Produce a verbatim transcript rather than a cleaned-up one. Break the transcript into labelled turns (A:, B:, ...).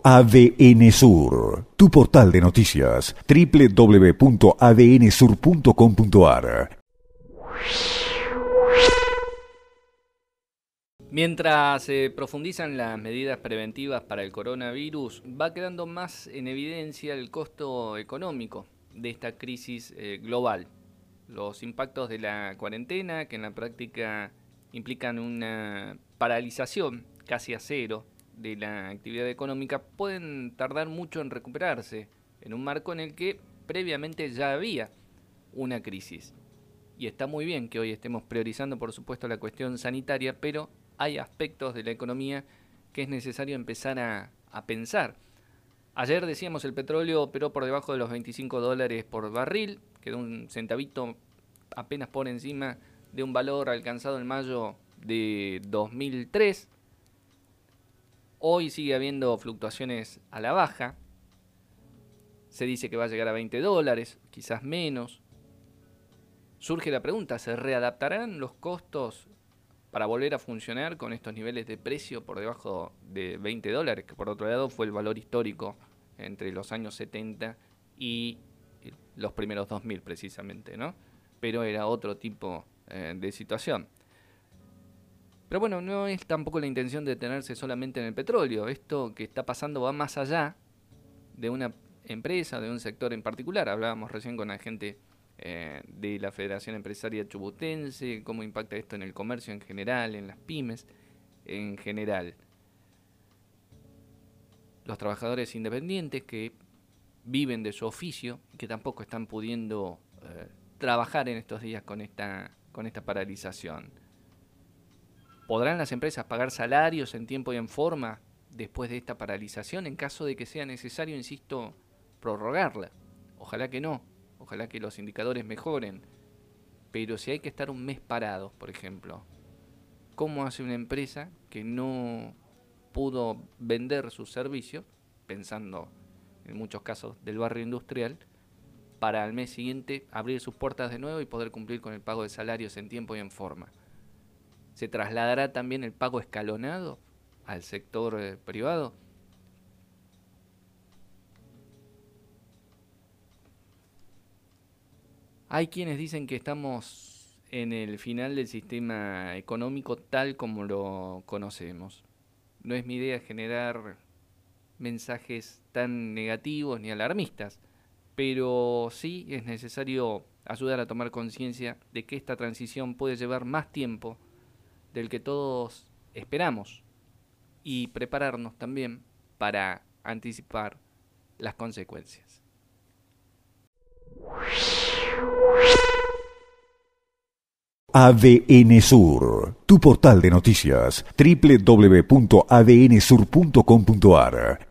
A: A D N Sur, tu portal de noticias, doble u doble u doble u punto a d n sur punto com punto a r.
B: Mientras se eh, profundizan las medidas preventivas para el coronavirus, va quedando más en evidencia el costo económico de esta crisis eh, global. Los impactos de la cuarentena, que en la práctica implican una paralización casi a cero de la actividad económica, pueden tardar mucho en recuperarse en un marco en el que previamente ya había una crisis. Y está muy bien que hoy estemos priorizando, por supuesto, la cuestión sanitaria, pero hay aspectos de la economía que es necesario empezar a, a pensar. Ayer decíamos el petróleo operó por debajo de los veinticinco dólares por barril, quedó un centavito apenas por encima de un valor alcanzado en mayo de dos mil tres. Hoy sigue habiendo fluctuaciones a la baja. Se dice que va a llegar a veinte dólares, quizás menos. Surge la pregunta, ¿se readaptarán los costos para volver a funcionar con estos niveles de precio por debajo de veinte dólares? Que por otro lado fue el valor histórico entre los años setenta y los primeros dos mil precisamente, ¿no? Pero era otro tipo eh, de situación. Pero bueno, no es tampoco la intención de detenerse solamente en el petróleo. Esto que está pasando va más allá de una empresa, de un sector en particular. Hablábamos recién con la gente eh, de la Federación Empresaria Chubutense, cómo impacta esto en el comercio en general, en las pymes en general. Los trabajadores independientes que viven de su oficio y que tampoco están pudiendo eh, trabajar en estos días con esta, con esta paralización. ¿Podrán las empresas pagar salarios en tiempo y en forma después de esta paralización en caso de que sea necesario, insisto, prorrogarla? Ojalá que no, ojalá que los indicadores mejoren. Pero si hay que estar un mes parados, por ejemplo, ¿cómo hace una empresa que no pudo vender sus servicios, pensando en muchos casos del barrio industrial, para al mes siguiente abrir sus puertas de nuevo y poder cumplir con el pago de salarios en tiempo y en forma? ¿Se trasladará también el pago escalonado al sector eh, privado? Hay quienes dicen que estamos en el final del sistema económico tal como lo conocemos. No es mi idea generar mensajes tan negativos ni alarmistas, pero sí es necesario ayudar a tomar conciencia de que esta transición puede llevar más tiempo del que todos esperamos y prepararnos también para anticipar las consecuencias.
A: A D N Sur, tu portal de noticias, doble u doble u doble u punto a d n sur punto com punto a r.